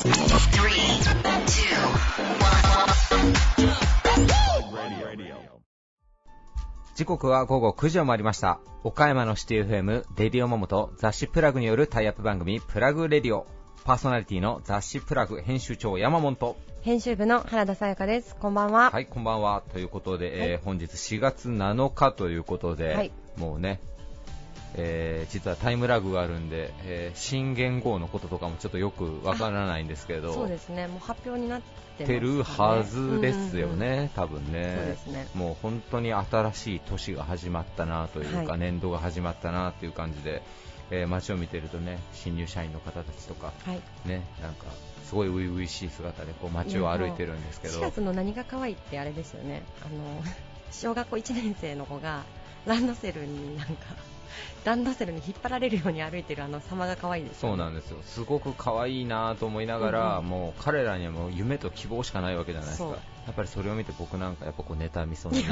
時刻は午後9時を回りました。岡山のシティ FM レディオモモと雑誌プラグによるタイアップ番組プラグレディオ、パーソナリティの雑誌プラグ編集長山本と編集部の原田さやかです。こんばんは。 はい、こんばんは。ということで、本日4月7日ということで、もうね、実はタイムラグがあるんで、新元号のこととかもちょっとよくわからないんですけど、 そうですね、もう発表になってますてるはずですよね、多分ね。 そうですね。 もう本当に新しい年が始まったなというか、年度が始まったなという感じで、街を見てるとね、新入社員の方たちとか、ね、なんかすごい初々しい姿でこう街を歩いてるんですけど、 4月の何が可愛いってあれですよね、小学校1年生の子がランドセルに引っ張られるように歩いてる様が可愛いですよね。 そうなんですよ。すごく可愛いなと思いながら、もう彼らにはもう夢と希望しかないわけじゃないですか。やっぱりそれを見て僕なんかやっぱこう妬みそうな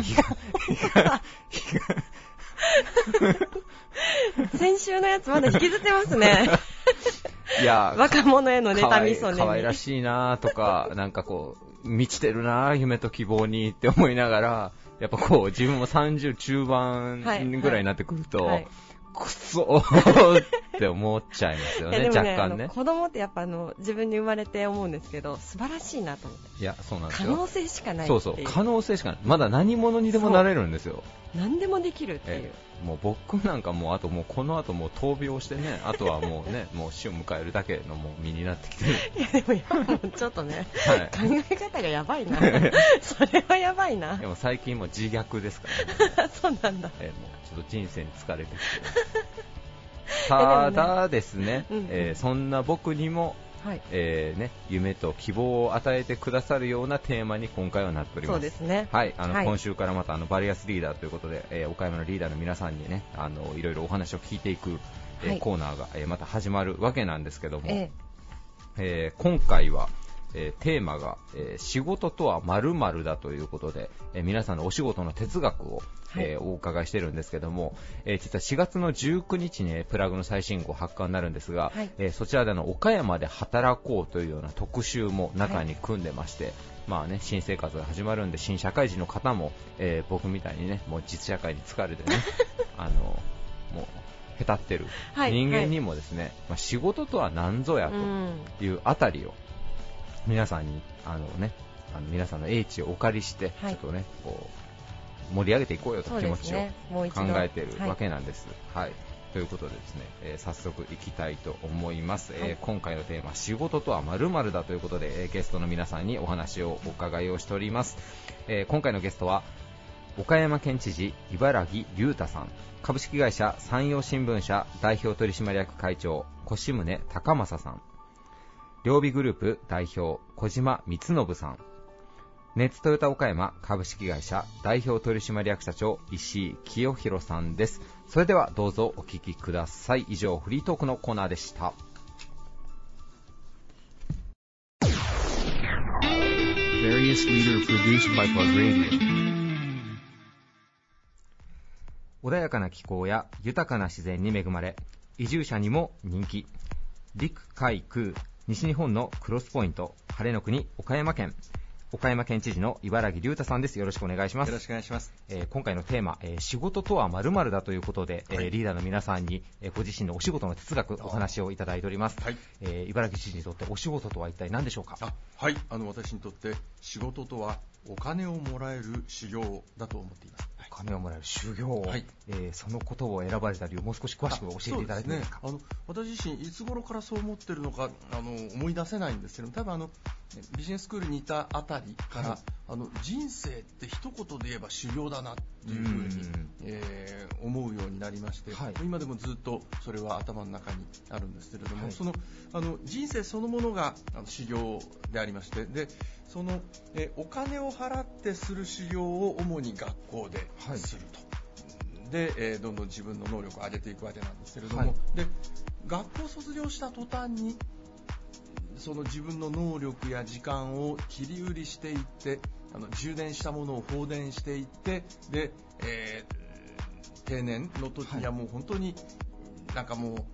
先週のやつまだ引きずってますね。 いや、 若者への妬みそうね。 可愛らしいなとか、なんかこう満ちてるな夢と希望にって思いながら、やっぱこう自分も30中盤ぐらいになってくると、くそーって思っちゃいますよね。若干ね。 子供ってやっぱ自分に生まれて思うんですけど、素晴らしいなと思って。 いや、そうなんですよ。 可能性しかないっていう。 そうそう、可能性しかない。まだ何者にでもなれるんですよ。 何でもできるっていう。 もう僕なんかもうあともうこの後もう闘病してね、あとはもうね、もう死を迎えるだけのもう身になってきてる。 いやでも今もちょっとね、考え方がやばいな。それはやばいな。 でも最近も自虐ですからね。そうなんだ。 もうちょっと人生に疲れてきて。ただですね、そんな僕にも、夢と希望を与えてくださるようなテーマに今回はなっております。 そうですね。 今週からまたバリアスリーダーということで、岡山のリーダーの皆さんにね、いろいろお話を聞いていく、コーナーが、また始まるわけなんですけども、今回は、テーマが、仕事とは〇〇だということで、皆さんのお仕事の哲学を、お伺いしてるんですけども、実は4月の19日に、プラグの最新号発刊になるんですが、そちらで岡山で働こうというような特集も中に組んでまして、まあね、新生活が始まるんで新社会人の方も、僕みたいにね、もう実社会に疲れてねもうへたってる人間にもですね、仕事とは何ぞやというあたりを皆さんに皆さんの英知をお借りして、ちょっとねこう盛り上げていこうよと気持ちを考えているわけなんです。ということでですね、早速いきたいと思います。今回のテーマ、仕事とは〇〇だということで、ゲストの皆さんにお話をお伺いをしております。今回のゲストは岡山県知事茨城隆太さん、株式会社山陽新聞社代表取締役会長越宗高正さん、両備グループ代表小島光信さん、ネッツトヨタ岡山株式会社代表取締役社長石井清弘さんです。それではどうぞお聞きください。以上、フリートークのコーナーでした。穏やかな気候や豊かな自然に恵まれ、移住者にも人気、陸海空西日本のクロスポイント、晴れの国岡山県、岡山県知事の茨城隆太さんです。よろしくお願いします。 よろしくお願いします。 今回のテーマ、仕事とは〇〇だということで、リーダーの皆さんに、ご自身のお仕事の哲学お話をいただいております。茨城知事にとってお仕事とは一体何でしょうか？ 私にとって仕事とはお金をもらえる修行だと思っています。 お金をもらえる修行、そのことを選ばれた理由をもう少し詳しく教えていただいていいですか？ 私自身いつ頃からそう思っているのか思い出せないんですけど、多分ビジネススクールにいたあたりから、人生って一言で言えば修行だなっていうふうに、思うようになりまして、今でもずっとそれは頭の中にあるんですけれども、その人生そのものが修行でありまして、でその、お金を払ってする修行を主に学校ですると。で、どんどん自分の能力を上げていくわけなんですけれども、で学校卒業した途端にその自分の能力や時間を切り売りしていって、充電したものを放電していって、で、定年の時にはもう本当になんかもう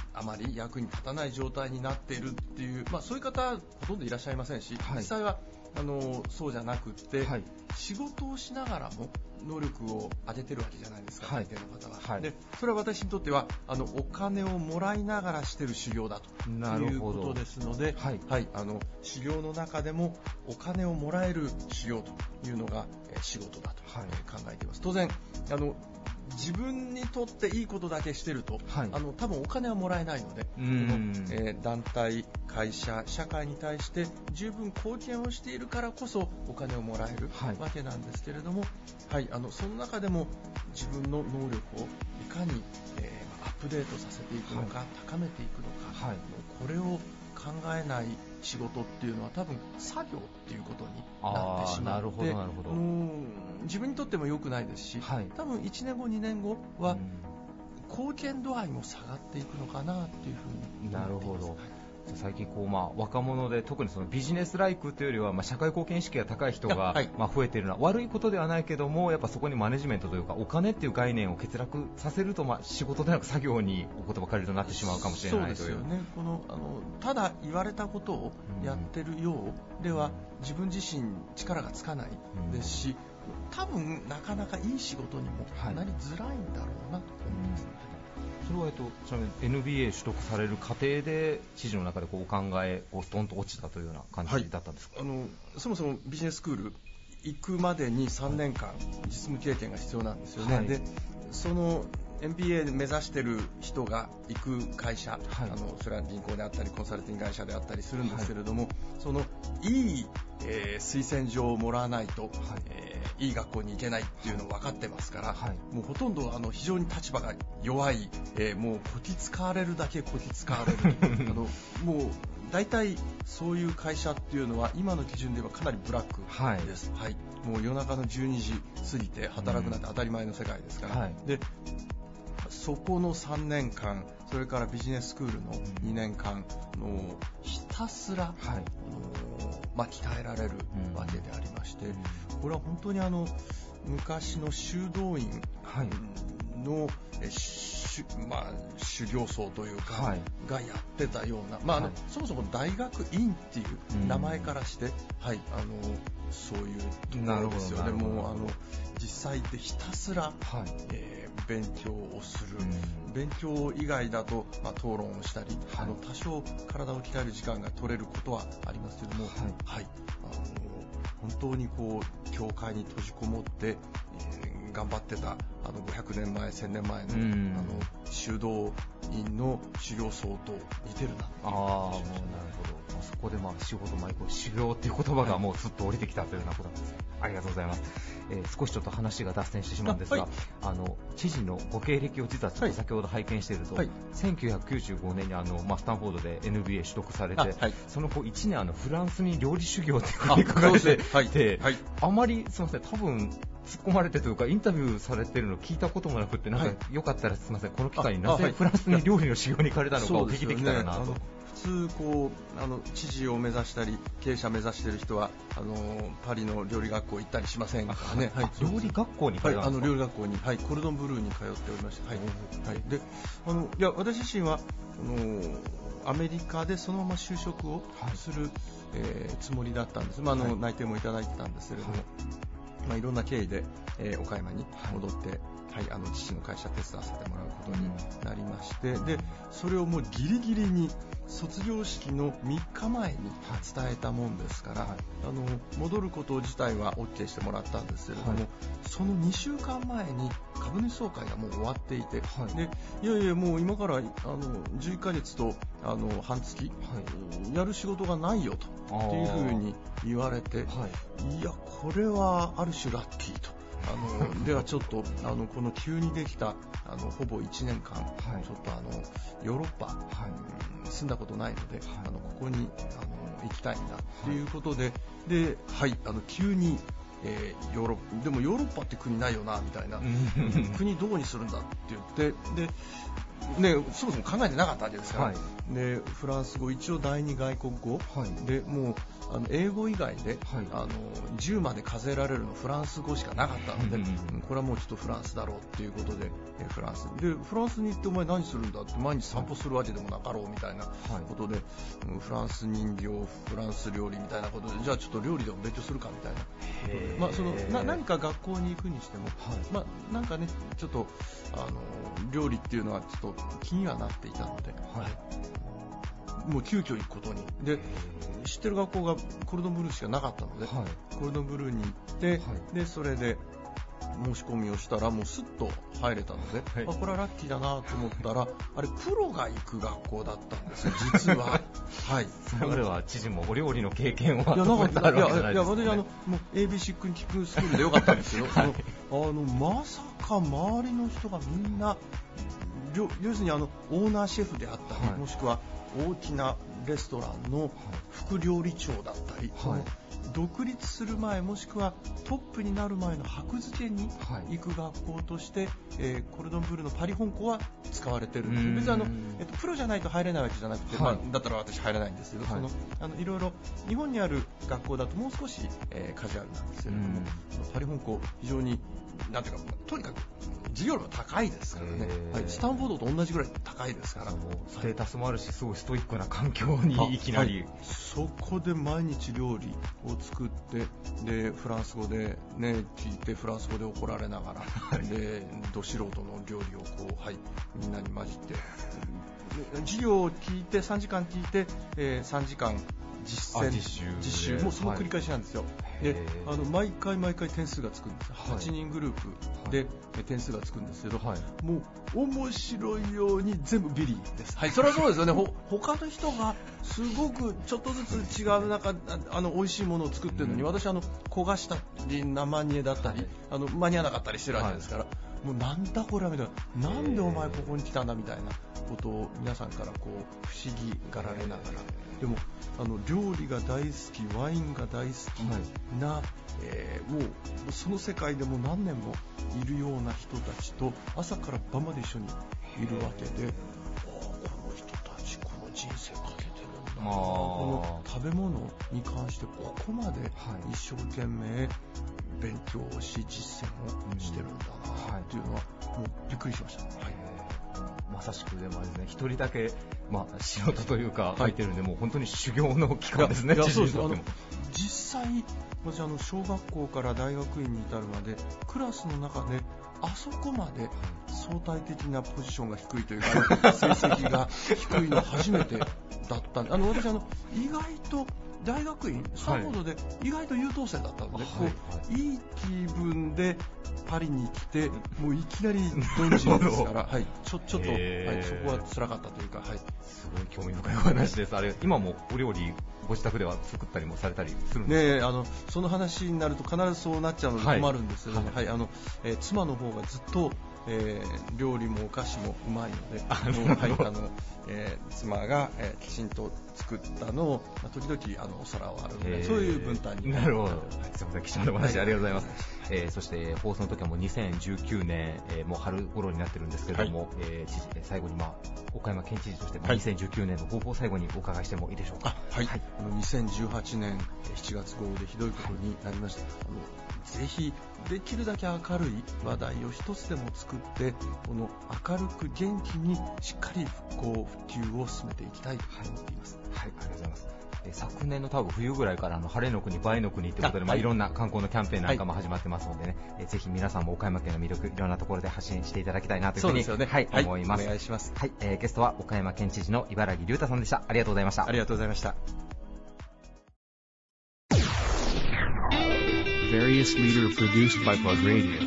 あまり役に立たない状態になっているっていう、そういう方ほとんどいらっしゃいませんし、実際はそうじゃなくって、仕事をしながらも能力を上げてるわけじゃないですか、大抵の方は。でそれは私にとってはお金をもらいながらしてる修行だということですので、修行の中でもお金をもらえる修行というのが仕事だと考えています。当然自分にとっていいことだけしてると、多分お金はもらえないので、この団体、会社、社会に対して十分貢献をしているからこそお金をもらえるわけなんですけれども、その中でも自分の能力をいかに、アップデートさせていくのか、高めていくのか、これを考えない仕事っていうのは多分作業っていうことになってしまって、自分にとっても良くないですし、多分1年後2年後は貢献度合いも下がっていくのかなっていうふうに思っています。 最近若者で特にそのビジネスライクというよりは、社会貢献意識が高い人が増えているのは悪いことではないけども、やっぱそこにマネジメントというかお金っていう概念を欠落させると、仕事でなく作業にお言葉借りるとなってしまうかもしれないという。 そうですよね。ただ言われたことをやってるようでは自分自身力がつかないですし、多分なかなかいい仕事にもなりづらいんだろうなと思います。 それはちなみに NBA 取得される過程で知事の中でお考えをドンと落ちたというような感じだったんですか？ そもそもビジネススクール行くまでに3年間実務経験が必要なんですよね。でその MBA 目指してる人が行く会社、それは銀行であったりコンサルティング会社であったりするんですけれども、そのいい、推薦状をもらわないと、いい学校に行けないっていうのを分かってますから、もうほとんど非常に立場が弱い、もうこき使われるだけこき使われるもう大体そういう会社っていうのは今の基準ではかなりブラックです。もう夜中の12時過ぎて働くなんて当たり前の世界ですから、でそこの3年間、それからビジネススクールの2年間のひたすら、鍛えられるわけでありまして、これは本当に昔の修道院の、修行僧というか、がやってたような、そもそも大学院っていう名前からして、そういうところですよね。もう実際でひたすら、勉強をする、勉強以外だと、討論をしたり、多少体を鍛える時間が取れることはありますけども、本当に教会に閉じこもって、頑張ってた500年前1000年前の、修道院の修行僧と似てるな。 もうなるほど。そこで仕事修行っていう言葉がもうずっと降りてきたというようなことなんですね。ありがとうございます。少しちょっと話が脱線してしまうんですが、知事のご経歴を実はちょっと先ほど拝見していると、1995年にスタンフォードで NBA 取得されて、その後1年フランスに料理修行って書かれていて、あまりすみません、多分突っ込まれてというかインタビューされているのを聞いたこともなくて、よかったらすみません、この機会になぜフランスに料理の修行に行かれたのかを聞いてきたらなと。 普通知事を目指したり経営者目指している人はパリの料理学校行ったりしませんからね。 料理学校に通ったんですか？ 料理学校に、コルドンブルーに通っておりまして、で私自身はアメリカでそのまま就職をする、つもりだったんです。内定もいただいてたんですけれども、いろんな経緯で、岡山に戻って、父の会社手伝わせてもらうことになりまして、でそれをもうギリギリに卒業式の3日前に伝えたもんですから、戻ること自体は OK してもらったんですけれども、その2週間前に株主総会がもう終わっていて、でいやもう今から11ヶ月と半月、やる仕事がないよとっていうふうに言われて、いやこれはある種ラッキーと。ではちょっとこの急にできたほぼ1年間、ちょっとヨーロッパ、住んだことないので、ここに行きたいなということで、急にヨーロッパでもヨーロッパって国ないよなみたいな国どうにするんだって言って、でね、そもそも考えてなかったわけですから、でフランス語一応第二外国語、でもう英語以外で、10まで数えられるのフランス語しかなかったので、これはもうちょっとフランスだろうっていうことで、フランスに行ってお前何するんだって、毎日散歩するわけでもなかろうみたいなことで、フランス人形、フランス料理みたいなことで、じゃあちょっと料理でも勉強するかみたいなことで、何か学校に行くにしても、なんかね、ちょっと料理っていうのはちょっと気にはなっていたので、もう急遽行くことにで、知ってる学校がコルドンブルーしかなかったので、コルドンブルーに行って、でそれで申し込みをしたらもうスッと入れたので、これはラッキーだなと思ったら、あれプロが行く学校だったんですよ、実は。 それは知事もお料理の経験はなかった。 私もう ABC クッキングスクールでよかったんですよ。まさか周りの人がみんな要するにオーナーシェフであったり、もしくは大きなレストランの副料理長だったり、独立する前もしくはトップになる前の箔付けに行く学校として、コルドンブルーのパリ本校は使われてるんです。別にプロじゃないと入れないわけじゃなくて、だったら私入れないんですけど、いろいろ日本にある学校だともう少し、カジュアルなんですけれども、パリ本校非常になんていうか、とにかく授業料が高いですからね、スタンフォードと同じぐらい高いですから、 ステータスもあるし、すごいストイックな環境にいきなり、 そこで毎日料理を作って、でフランス語で、ね、聞いてフランス語で怒られながら、でど素人の料理をみんなに混じって授業を聞いて3時間聞いて、3時間実習もうその繰り返しなんですよ。で毎回点数がつくんですよ。8人グループで点数がつくんですけど、もう面白いように全部ビリです。それはそうですよね。他の人がすごくちょっとずつ違う中美味しいものを作ってるのに、私焦がしたり生煮えだったり、間に合わなかったりしてるわけですから、もうなんだこれはみたいな、なんでお前ここに来たんだみたいなことを皆さんから不思議がられながら、でも料理が大好き、ワインが大好きな、もうその世界でも何年もいるような人たちと朝から晩まで一緒にいるわけで、この人たちこの人生かけてるんだな、この食べ物に関してここまで一生懸命勉強をし実践をしてるんだなっていうのはもうびっくりしました。 まさしくでもですね、一人だけ、素人というか入ってるんで、もう本当に修行の期間ですね。 そうです。実際私小学校から大学院に至るまでクラスの中であそこまで相対的なポジションが低いというか成績が低いの初めてだったんで、私意外と大学院スタンフォードで意外と優等生だったので、いい気分でパリに来てもういきなりドンジーですから、ちょっと、そこは辛かったというか、 すごい興味深いお話です。今もお料理ご自宅では作ったりもされたりするんですか？ その話になると必ずそうなっちゃうので困るんですけど、妻の方がずっと料理もお菓子もうまいので、妻がきちんと作ったのを時々お皿を洗うので、そういう分担になるほど。すみません、貴重なお話ありがとうございます。そして放送の時はもう2019年、もう春頃になってるんですけれども、知事最後に岡山県知事として、2019年の抱負を最後にお伺いしてもいいでしょうか？ 2018年7月号でひどいことになりました。ぜひできるだけ明るい話題を一つでも作って、この明るく元気にしっかり復興復旧を進めていきたいと思っています。 ありがとうございます。昨年の多分冬ぐらいから晴れの国倍の国ということで、いろんな観光のキャンペーンなんかも始まってますのでね、ぜひ皆さんも岡山県の魅力いろんなところで発信していただきたいなというふうに思います。 お願いします。 ゲストは岡山県知事の茨城龍太さんでした。ありがとうございました。 ありがとうございました。 Various leader produced by Plug Radio。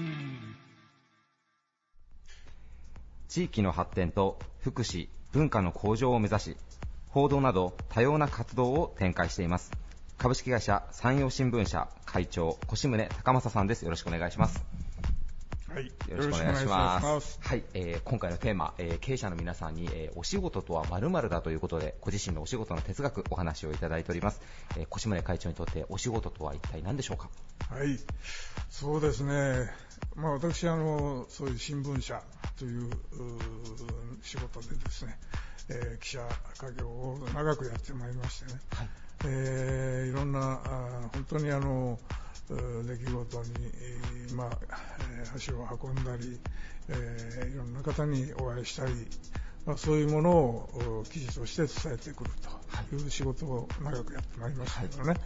地域の発展と福祉・文化の向上を目指し、報道など多様な活動を展開しています。株式会社山陽新聞社会長越宗隆正さんです。よろしくお願いします。 はい、 よろしくお願いします。はい、今回のテーマ、経営者の皆さんに、お仕事とは〇〇だということで、ご自身のお仕事の哲学お話をいただいております。越宗会長にとってお仕事とは一体何でしょうか？ はい、そうですね。私そういう新聞社という仕事でですね、記者家業を長くやってまいりましてね、はい、いろんな本当に出来事に、足を運んだり、いろんな方にお会いしたり、そういうものを記事として伝えてくるという仕事を長くやってまいりましたけどね、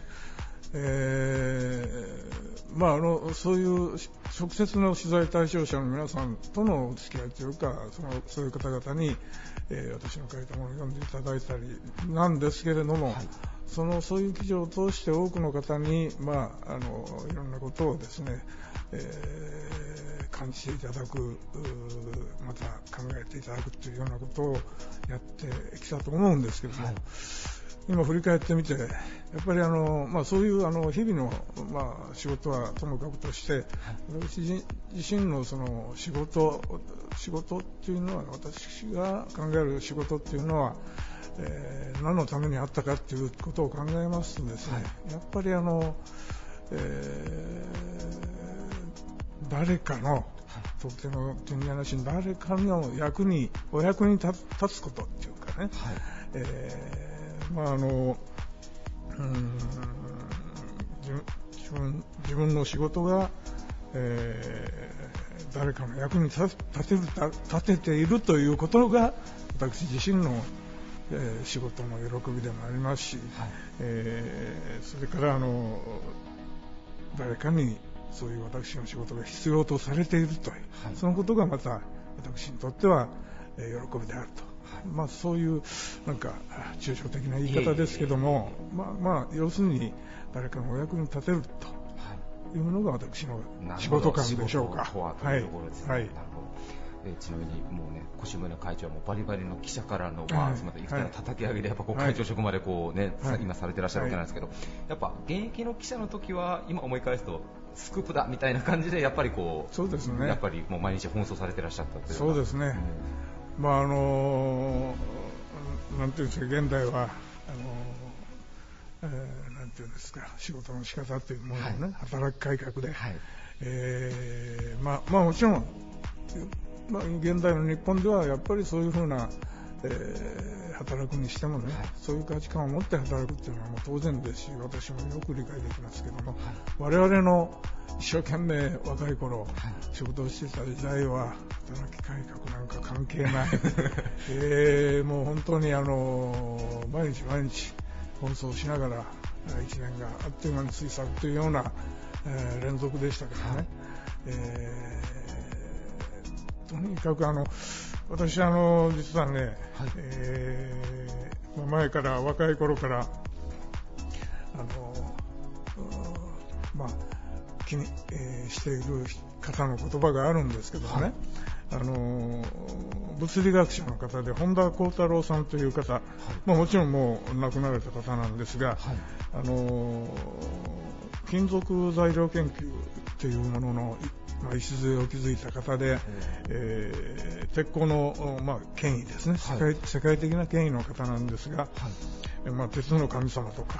そういう直接の取材対象者の皆さんとのお付き合いというか、そういう方々に、私の書いたものを読んでいただいたりなんですけれども、はい、そういう記事を通して多くの方に、いろんなことをですね、感じていただく、また考えていただくというようなことをやってきたと思うんですけども、はい、今振り返ってみて、やっぱりそういう日々の、仕事はともかくとして、私自身のその仕事っていうのは、私が考える仕事っていうのは、何のためにあったかっていうことを考えますとですね、はい、やっぱり誰かの特定の点に話に誰かのお役に立つことっていうかね、はい自分の仕事が、誰かの役に立てているということが私自身の、仕事の喜びでもありますし、はい、それから誰かにそういう私の仕事が必要とされているという、はい、そのことがまた私にとっては、喜びであると、はい、そういうなんか抽象的な言い方ですけども、要するに誰かのお役に立てるというのが私の仕事感でしょうか。 というところですね。はい、ちなみにもうね、越宗会長はもうバリバリの記者からの、いくつかの叩き上げでやっぱ会長職まで今されてらっしゃるわけなんですけど、やっぱ現役の記者の時は今思い返すとスクープだみたいな感じでやっぱりそうですね、 やっぱりもう毎日奔走されてらっしゃったというか。 そうですね。なんていうんですか、現代はなんていうんですか、仕事の仕方というものをね、はい、働き改革で、はい、もちろん、現代の日本ではやっぱりそういうふうな、働くにしてもね、はい、そういう価値観を持って働くっていうのはもう当然ですし、私もよく理解できますけども、はい、我々の一生懸命若い頃、はい、仕事をしていた時代は働き改革なんか関係ないもう本当に毎日毎日奔走しながら1年があっという間に過ぎ去るというような、連続でしたけどね、はい、とにかく私実はね、はい、前から若い頃から気に、している方の言葉があるんですけどね、はい、物理学者の方で本田幸太郎さんという方、はい、もちろんもう亡くなられた方なんですが、はい、金属材料研究というものの礎を築いた方で、鉄鋼の、権威ですね、はい、世界的な権威の方なんですが、はい、鉄の神様とか、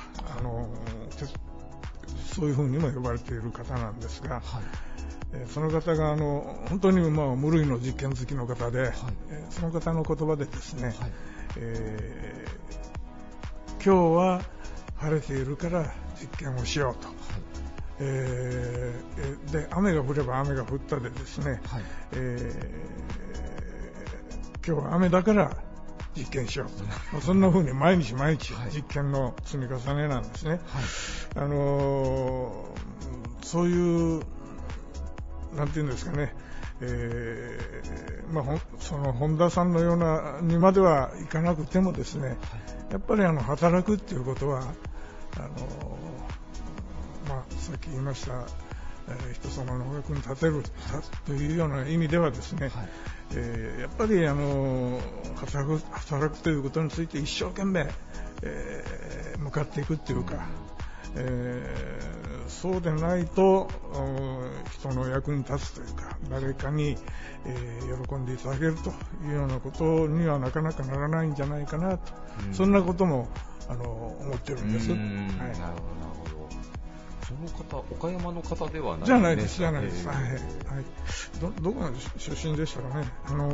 そういうふうにも呼ばれている方なんですが、はい、その方が本当に無類の実験好きの方で、はい、その方の言葉でですね、はい、今日は晴れているから実験をしようと、はい、で雨が降れば雨が降ったでですね、はい、今日は雨だから実験しようと、そんな風に毎日毎日実験の積み重ねなんですね、はい、そういうなんていうんですかね、その本田さんのようなにまではいかなくてもですね、はい、やっぱり働くっていうことはさっき言いました、人様のお役に立てるというような意味ではですね、はい、やっぱり働くということについて一生懸命、向かっていくっていうか、 そうでないと人の役に立つというか、誰かに、喜んでいただけるというようなことにはなかなかならないんじゃないかなと、そんなことも思ってるんです。はい、なるほどなるほど。その方、岡山の方ではないですね。 じゃないです、じゃないです。はいはい、どこの出身でしたかね。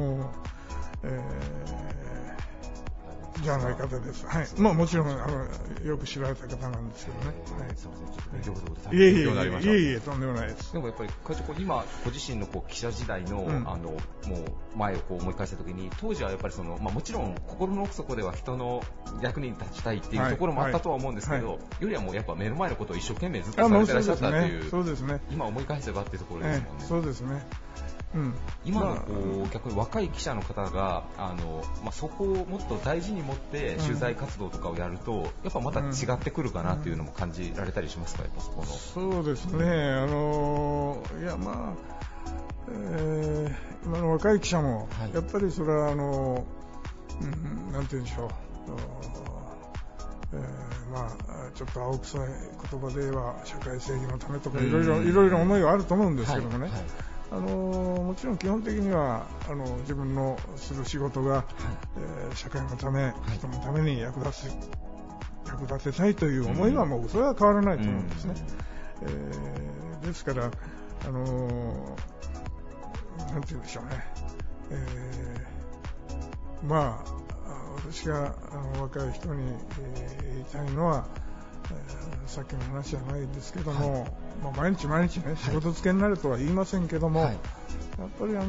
じゃない方です。はい。まあもちろんよく知られた方なんですけどね。はい。 すみません、ちょっと勉強不足でいえとんでもないです。 でもやっぱり会長、今ご自身の記者時代の、もう前を思い返したときに、当時はやっぱりもちろん心の奥底では人の役に立ちたいっていうところもあったとは思うんですけど、よりはもうやっぱ目の前のことを一生懸命ずっとされてらっしゃったっていう、 そうですね。 今思い返せばっていうところですもんね。 そうですね。 今の逆に若い記者の方がそこをもっと大事に持って取材活動とかをやると、やっぱまた違ってくるかなっていうのも感じられたりしますか、やっぱそこの。 そうですね。いや今の若い記者も、やっぱりそれはなんて言うんでしょう。ちょっと青臭い言葉で言えば社会正義のためとかいろいろ思いはあると思うんですけどもね。もちろん基本的には自分のする仕事が、社会のため、人のために役立てたいという思いはもうそれは変わらないと思うんですね。ですからなんて言うんでしょうね。私が若い人に、言いたいのは、さっきの話じゃないですけども、毎日ね、仕事付けになるとは言いませんけども、やっぱり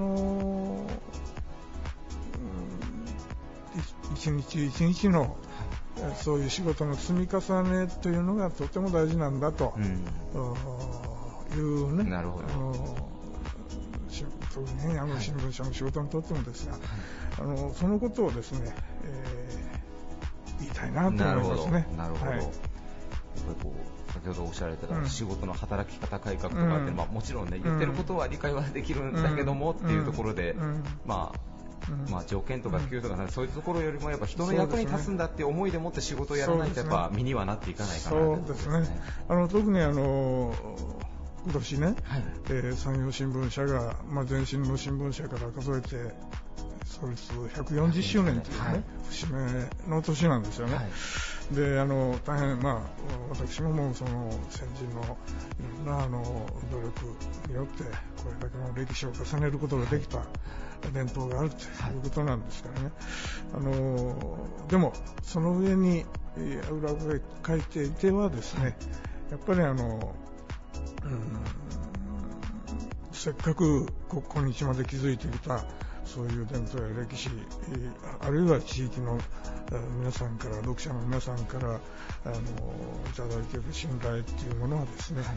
一日一日の、そういう仕事の積み重ねというのがとても大事なんだと、いうね、 なるほど。 特にね、新聞社の仕事にとってもですが、そのことをですね、言いたいなと思いますね。 なるほど。先ほどおっしゃられた仕事の働き方改革とかって、もちろんね、言ってることは理解はできるんだけどもっていうところで、条件とか給与とかそういうところよりもやっぱ人の役に立つんだっていう思いでもって仕事をやらないとやっぱ身にはなっていかないかなと。 そうですね。特に今年ね、産業新聞社が、前身の新聞社から数えて創立140周年というね、節目の年なんですよね。で、大変、私ももうその先人のいろんな努力によってこれだけの歴史を重ねることができた伝統があるということなんですからね。でもその上に裏を書いていてはですね、やっぱりせっかく今日まで築いてきたそういう伝統や歴史、あるいは地域の皆さんから、読者の皆さんからいただいている信頼っていうものはですね、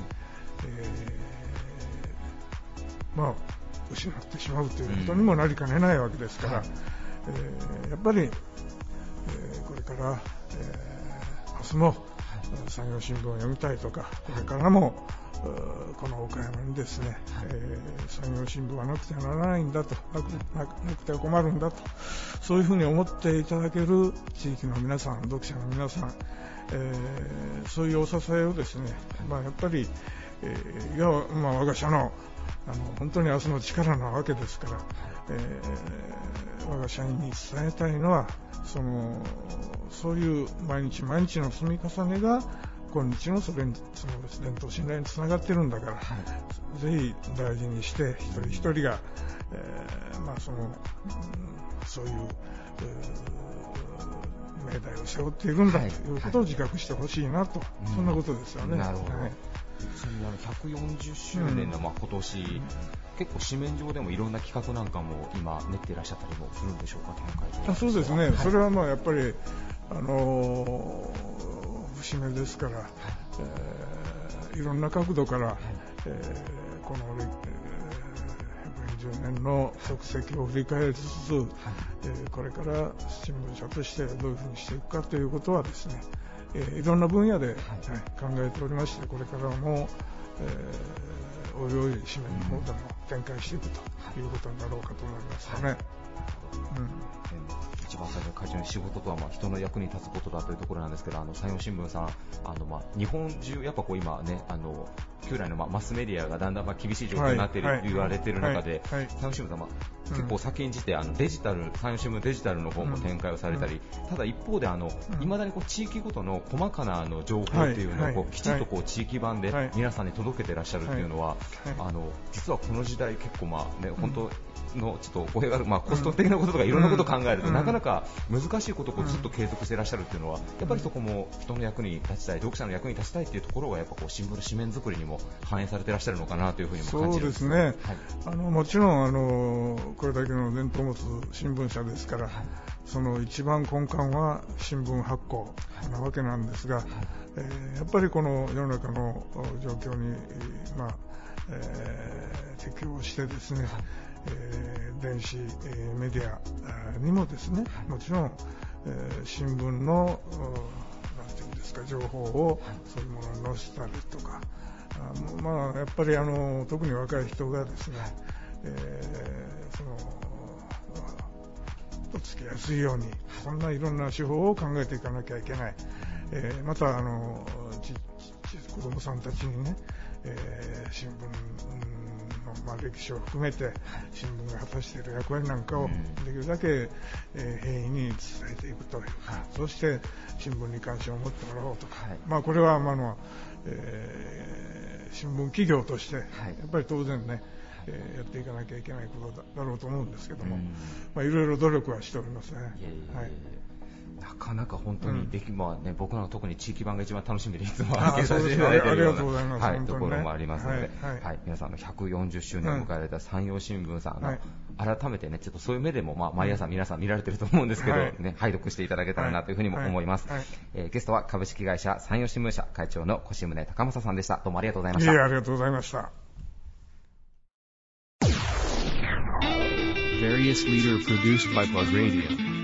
失ってしまうということにもなりかねないわけですから、やっぱり、これから、明日も産業新聞を読みたいとか、これからもこの岡山にですね、産業新聞はなくてはならないんだと、なくては困るんだと、そういうふうに思っていただける地域の皆さん、読者の皆さん、そういうお支えをですね、やっぱり、我が社の本当に明日の力なわけですから、我が社員に伝えたいのはそういう毎日毎日の積み重ねが今日のそ伝統信頼につながっているんだから、ぜひ大事にして一人一人が、そういう命題を背負っているんだということを自覚してほしいなと、そんなことですよね。 なるほど。140周年の今年、結構紙面上でもいろんな企画なんかも今練っていらっしゃったりもするんでしょうか、展開。 そうですね、それはやっぱり節目ですから、いろんな角度から、この140年の足跡を振り返りつつ、これから新聞社としてどういうふうにしていくかということはですね、いろんな分野で、考えておりまして、これからも、おいおい紙面の方でも展開していくということになろうかと思いますね。 一番最初に会長に仕事とは人の役に立つことだというところなんですけど、山陽新聞さん、日本中やっぱこう今ね、旧来のマスメディアがだんだん厳しい状況になっていると言われている中で、山陽新聞さん結構先んじてデジタル、山陽新聞デジタルの方も展開をされたり、ただ一方で未だに地域ごとの細かな情報っていうのをきちっと地域版で皆さんに届けていらっしゃるっていうのは、実はこの時代結構本当のちょっと語弊がある、コスト的なこととかいろんなことを考えると、なかなか難しいことをずっと継続していらっしゃるっていうのは、やっぱりそこも人の役に立ちたい、読者の役に立ちたいっていうところがやっぱ新聞の紙面作りにも反映されていらっしゃるのかなというふうにも感じるんです。 そうですね、もちろんこれだけの伝統を持つ新聞社ですから、その一番根幹は新聞発行なわけなんですが、やっぱりこの世の中の状況に、適応してですね、電子メディアにもですね、もちろん、新聞のなんていうんですか、情報をそういうものに載せたりとか、やっぱり特に若い人がですね、とっつきやすいように、そんないろんな手法を考えていかなきゃいけない。また子どもさんたちにね、新聞の歴史を含めて新聞が果たしている役割なんかをできるだけ平易に伝えていくというか、そして新聞に関心を持ってもらおうとか、これは新聞企業としてやっぱり当然ね、やっていかなきゃいけないことだろうと思うんですけども、いろいろ努力はしておりますね。 なかなか本当に僕の特に地域版が一番楽しみでいつもありがとうございます。 ところもありますので、皆さん140周年を迎えられた山陽新聞さん、改めてね、ちょっとそういう目でも毎朝皆さん見られてると思うんですけどね、拝読していただけたらなというふうにも思います。ゲストは株式会社山陽新聞社会長の越宗隆正さんでした。どうもありがとうございました。 ありがとうございました。 Various leader produced by Plug Radio。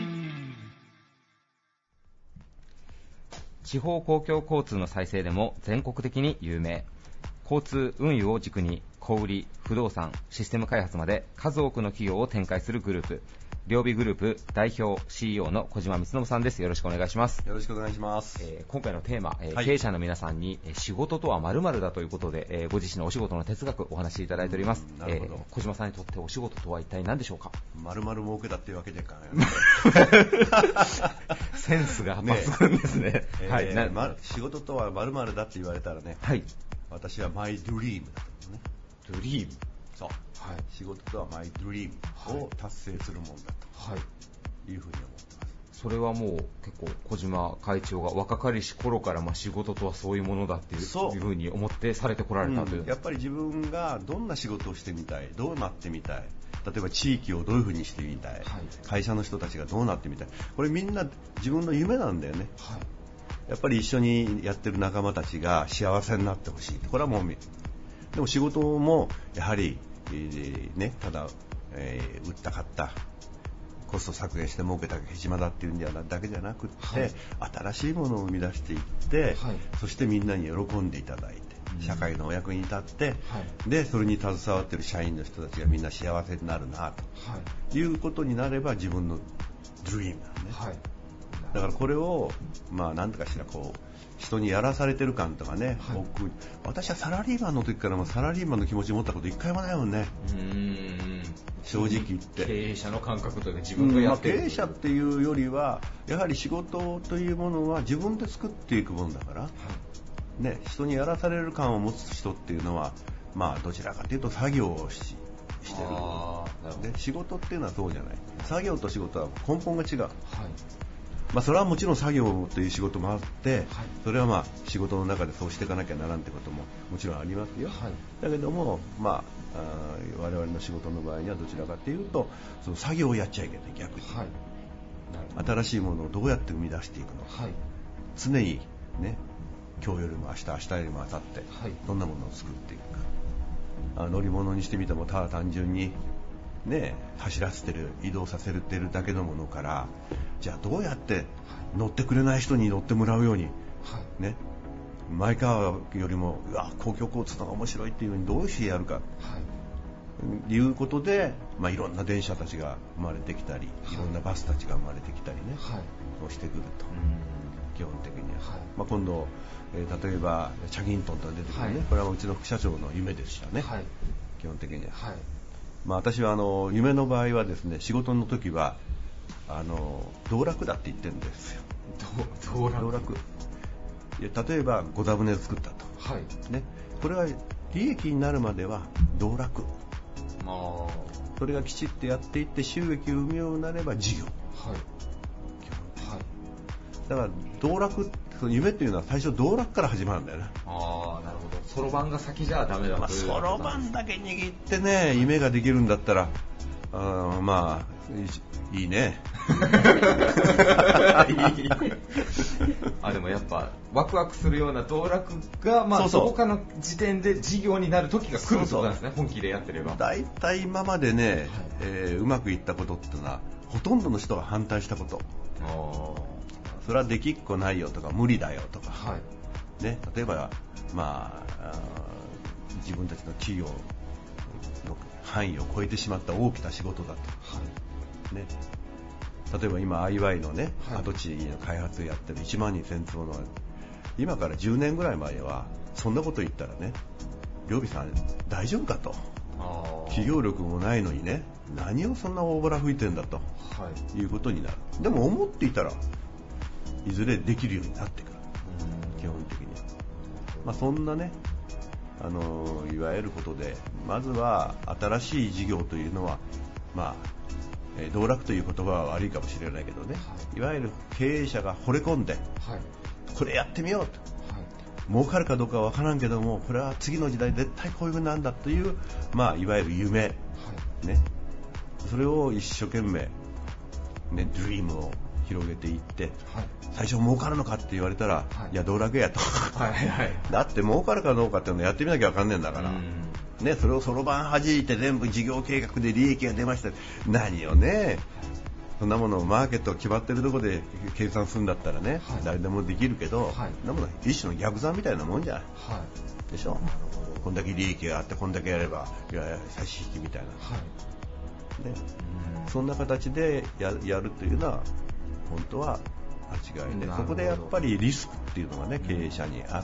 地方公共交通の再生でも全国的に有名。交通運輸を軸に小売、不動産、システム開発まで数多くの企業を展開するグループ、両備グループ代表 CEO の小島光信さんです。よろしくお願いします。 よろしくお願いします。 今回のテーマ、経営者の皆さんに仕事とは〇〇だということで、ご自身のお仕事の哲学お話しいただいております。 なるほど。 小島さんにとってお仕事とは一体何でしょうか。 〇〇儲けだっていうわけじゃ考えないセンスが抜群ですね。 仕事とは〇〇だって言われたらね、私はマイドリームだと思うね。 ドリーム。 そう、仕事とはマイドリームを達成するもんだというふうに思ってます。 それはもう結構小島会長が若かりし頃から仕事とはそういうものだっていうふうに思ってされてこられたという、 やっぱり自分がどんな仕事をしてみたい、どうなってみたい、例えば地域をどういうふうにしてみたい、会社の人たちがどうなってみたい、これみんな自分の夢なんだよね。やっぱり一緒にやってる仲間たちが幸せになってほしい。これはもうでも仕事もやはり、ただ、売った買ったコスト削減して儲けた暇だっていうんだけじゃなくって、新しいものを生み出していって、そしてみんなに喜んでいただいて、社会のお役に立って、でそれに携わっている社員の人たちがみんな幸せになるなと、いうことになれば自分のドリームなんね。だからこれを何とかしら人にやらされてる感とかね、私はサラリーマンの時からもサラリーマンの気持ち持ったこと一回もないもんね。正直言って経営者の感覚というか自分がやってる、 経営者っていうよりはやはり仕事というものは自分で作っていくもんだから、人にやらされる感を持つ人っていうのはどちらかというと作業をしてる。仕事っていうのはそうじゃない。作業と仕事は根本が違う。それはもちろん作業という仕事もあって、それは仕事の中でそうしていかなきゃならんってことももちろんありますよ。だけども我々の仕事の場合にはどちらかというとその作業をやっちゃいけない。逆に、新しいものをどうやって生み出していくのか、常にね、今日よりも明日、明日よりも明後日、どんなものを作っていくか。乗り物にしてみてもただ単純に走らせてる、移動させてるだけのものから、じゃあどうやって乗ってくれない人に乗ってもらうように、マイカーよりも公共交通の方が面白いっていうのにどうしてやるか、 いうことで、いろんな電車たちが生まれてきたり、いろんなバスたちが生まれてきたりね、をしてくると、基本的には。今度、例えばチャギントンと出てくるね、これはうちの副社長の夢でしたね、基本的には。私は夢の場合はですね、仕事の時は道楽だって言ってるんですよ。道楽。例えばご座船を作ったと、ね、これは利益になるまでは道楽、それがきちっとやっていって収益を生むようになれば事業、だから道楽、夢っていうのは最初道楽から始まるんだよね。 なるほど。そろばんが先じゃダメだという。 そろばんだけ握ってね、夢ができるんだったら、いいね。 でもやっぱワクワクするような道楽が、そこからの時点で事業になる時が来るってことなんですね。本気でやってれば。 だいたい今までね、うまくいったことってのはほとんどの人が反対したこと。それはできっこないよとか無理だよとか、ね、例えば、自分たちの企業の範囲を超えてしまった大きな仕事だと、ね、例えば今 IY のね、跡地の開発をやってる1万2000坪の、今から10年ぐらい前はそんなこと言ったらね、両備さん大丈夫かと、企業力もないのにね、何をそんな大ボラ吹いてんだと、いうことになる。でも思っていたらいずれできるようになってくる、基本的に。そんなね、いわゆることで、まずは新しい事業というのは、道楽という言葉は悪いかもしれないけどね、いわゆる経営者が惚れ込んで、これやってみようと、儲かるかどうかは分からんけども、これは次の時代絶対こういう風なんだという、いわゆる夢、ね、それを一生懸命、ね、ドリームを広げていって、最初儲かるのかって言われたら、いや道楽やと、だって儲かるかどうかっていうのをやってみなきゃ分かんねえんだから、ね、それをそろばん弾いて全部事業計画で利益が出ました、何をね、そんなものをマーケットが決まってるところで計算するんだったらね、誰でもできるけど、そんなもの一種の逆算みたいなもんじゃん、でしょ。こんだけ利益があってこんだけやれば差し引きみたいな、ね、そんな形で やるというのは本当は間違いで、そこでやっぱりリスクっていうのがね、経営者にあって、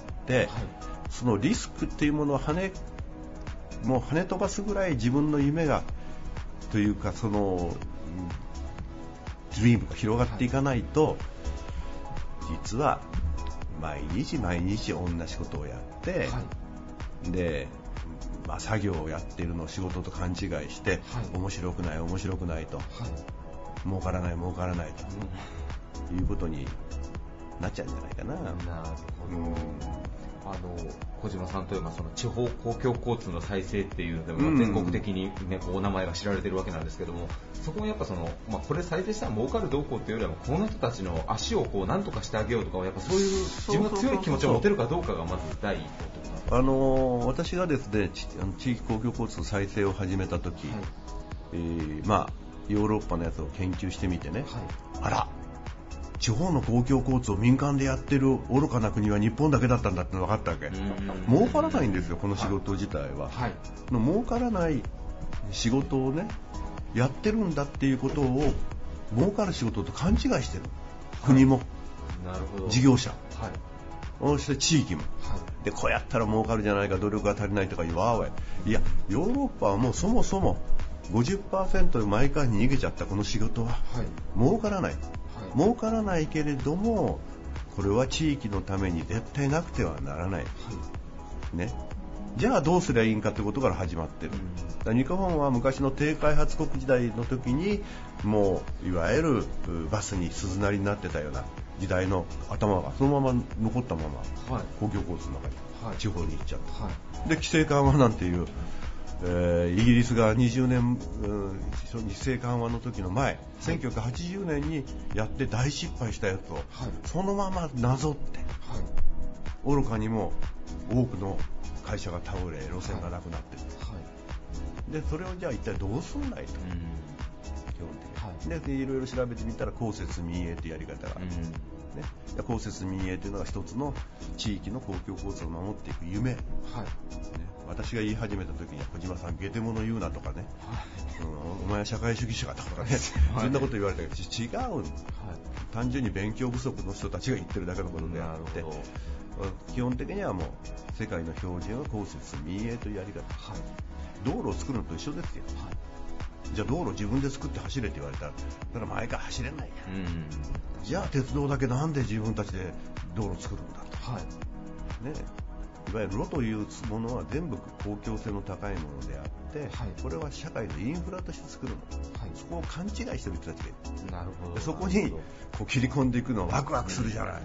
そのリスクっていうものをもう跳ね飛ばすぐらい自分の夢がというか、そのドリームが広がっていかないと、実は毎日毎日同じことをやって、で、作業をやっているのを仕事と勘違いして、面白くない面白くないと、儲からない儲からないと、いうことになっちゃうんじゃないかな。 なるほど。小島さんといえばその地方公共交通の再生っていうのでも全国的に、ね、お名前が知られてるわけなんですけども、そこもやっぱこれ再生したら儲かるどうこうっていうよりは、この人たちの足を何とかしてあげようとか、やっぱそういう自分の強い気持ちを持てるかどうかがまず第一歩というか。 私がですね、地域公共交通再生を始めた時、ヨーロッパのやつを研究してみてね、あら、地方の公共交通を民間でやってる愚かな国は日本だけだったんだって分かったわけ。儲からないんですよ、この仕事自体は。儲からない仕事をね、やってるんだっていうことを儲かる仕事と勘違いしてる、国も、事業者、そして地域も、でこうやったら儲かるじゃないか、努力が足りないとか言わいや、ヨーロッパはもうそもそも 50% で毎回に逃げちゃったこの仕事は儲からない、儲からないけれども、これは地域のために絶対なくてはならない、ね、じゃあどうすりゃいいんかということから始まってる。日本は昔の低開発国時代の時に、もういわゆるバスに鈴なりになってたような時代の頭がそのまま残ったまま、公共交通の中に、地方に行っちゃった、で規制緩和なんていう、イギリスが20年、規制緩和の時の前、1980年にやって大失敗したやつを、そのままなぞって、愚かにも多くの会社が倒れ、路線がなくなってる、でそれをじゃあ一体どうすんないと、基本的に、でいろいろ調べてみたら公設民営というやり方が公設民営というのが一つの地域の公共交通を守っていく夢、私が言い始めた時には小島さんゲテモノ言うなとかね、お前は社会主義者だとかね、そんなこと言われたけど違う、単純に勉強不足の人たちが言ってるだけのことであって、基本的にはもう世界の標準は公設民営というやり方、道路を作るのと一緒ですよ、じゃあ道路自分で作って走れって言われたらだから前から走れない、じゃあ鉄道だけなんで自分たちで道路作るんだと、いわゆる路というものは全部公共性の高いものであって、これは社会のインフラとして作るもの、そこを勘違いしてる人たちがいる。なるほど。でそこにこう切り込んでいくのはワクワクするじゃない、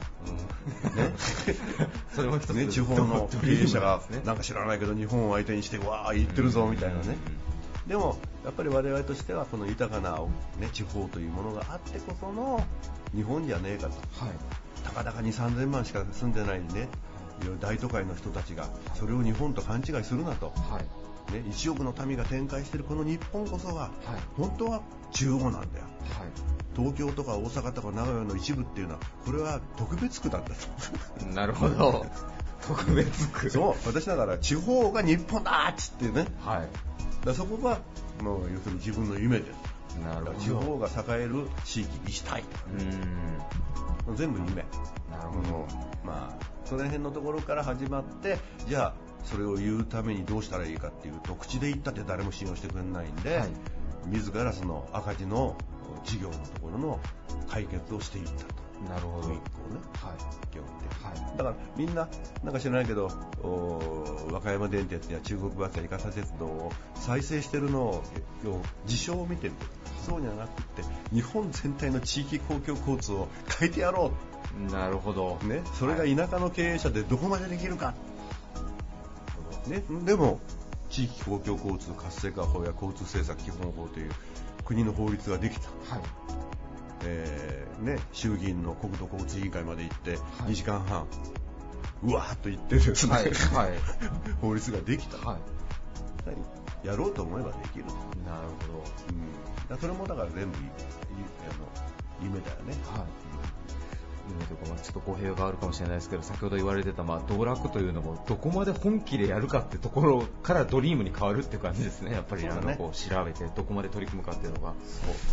それも一つね、地方の経営者がなんか知らないけど日本を相手にしてわー言ってるぞみたいなね、でもやっぱり我々としてはこの豊かな、地方というものがあってこその日本じゃねえかと、たかだか2、3000万しか住んでないね、大都会の人たちがそれを日本と勘違いするなと、1億の民が展開しているこの日本こそが、本当は中央なんだよ、東京とか大阪とか名古屋の一部っていうのはこれは特別区なんだと。 なるほど、特別区。 そう、私だから地方が日本だっつってね、だそこがもう要するに自分の夢です。なるほど。地方が栄える地域にしたい。全部夢。なるほど。まあその辺のところから始まって、じゃあそれを言うためにどうしたらいいかっていうと、口で言ったって誰も信用してくれないんで、自らその赤字の事業のところの解決をしていったと。なるほど。基本的に。だからみんななんか知らないけど、和歌山電鉄や中国バスや伊笠鉄道を再生してるのを事象を見てる。そうじゃなくて日本全体の地域公共交通を変えてやろう。 なるほど。 ね、それが田舎の経営者でどこまでできるか。ね、でも地域公共交通活性化法や交通政策基本法という国の法律ができた。衆議院の国土交通委員会まで行って2時間半、うわーっと言ってですね、法律ができた、やろうと思えばできる。なるほど、それもだから全部夢だよね。 夢とかちょっと語弊があるかもしれないですけど、先ほど言われてた道楽というのもどこまで本気でやるかってところからドリームに変わるっていう感じですね。やっぱりこう調べてどこまで取り組むかっていうのが。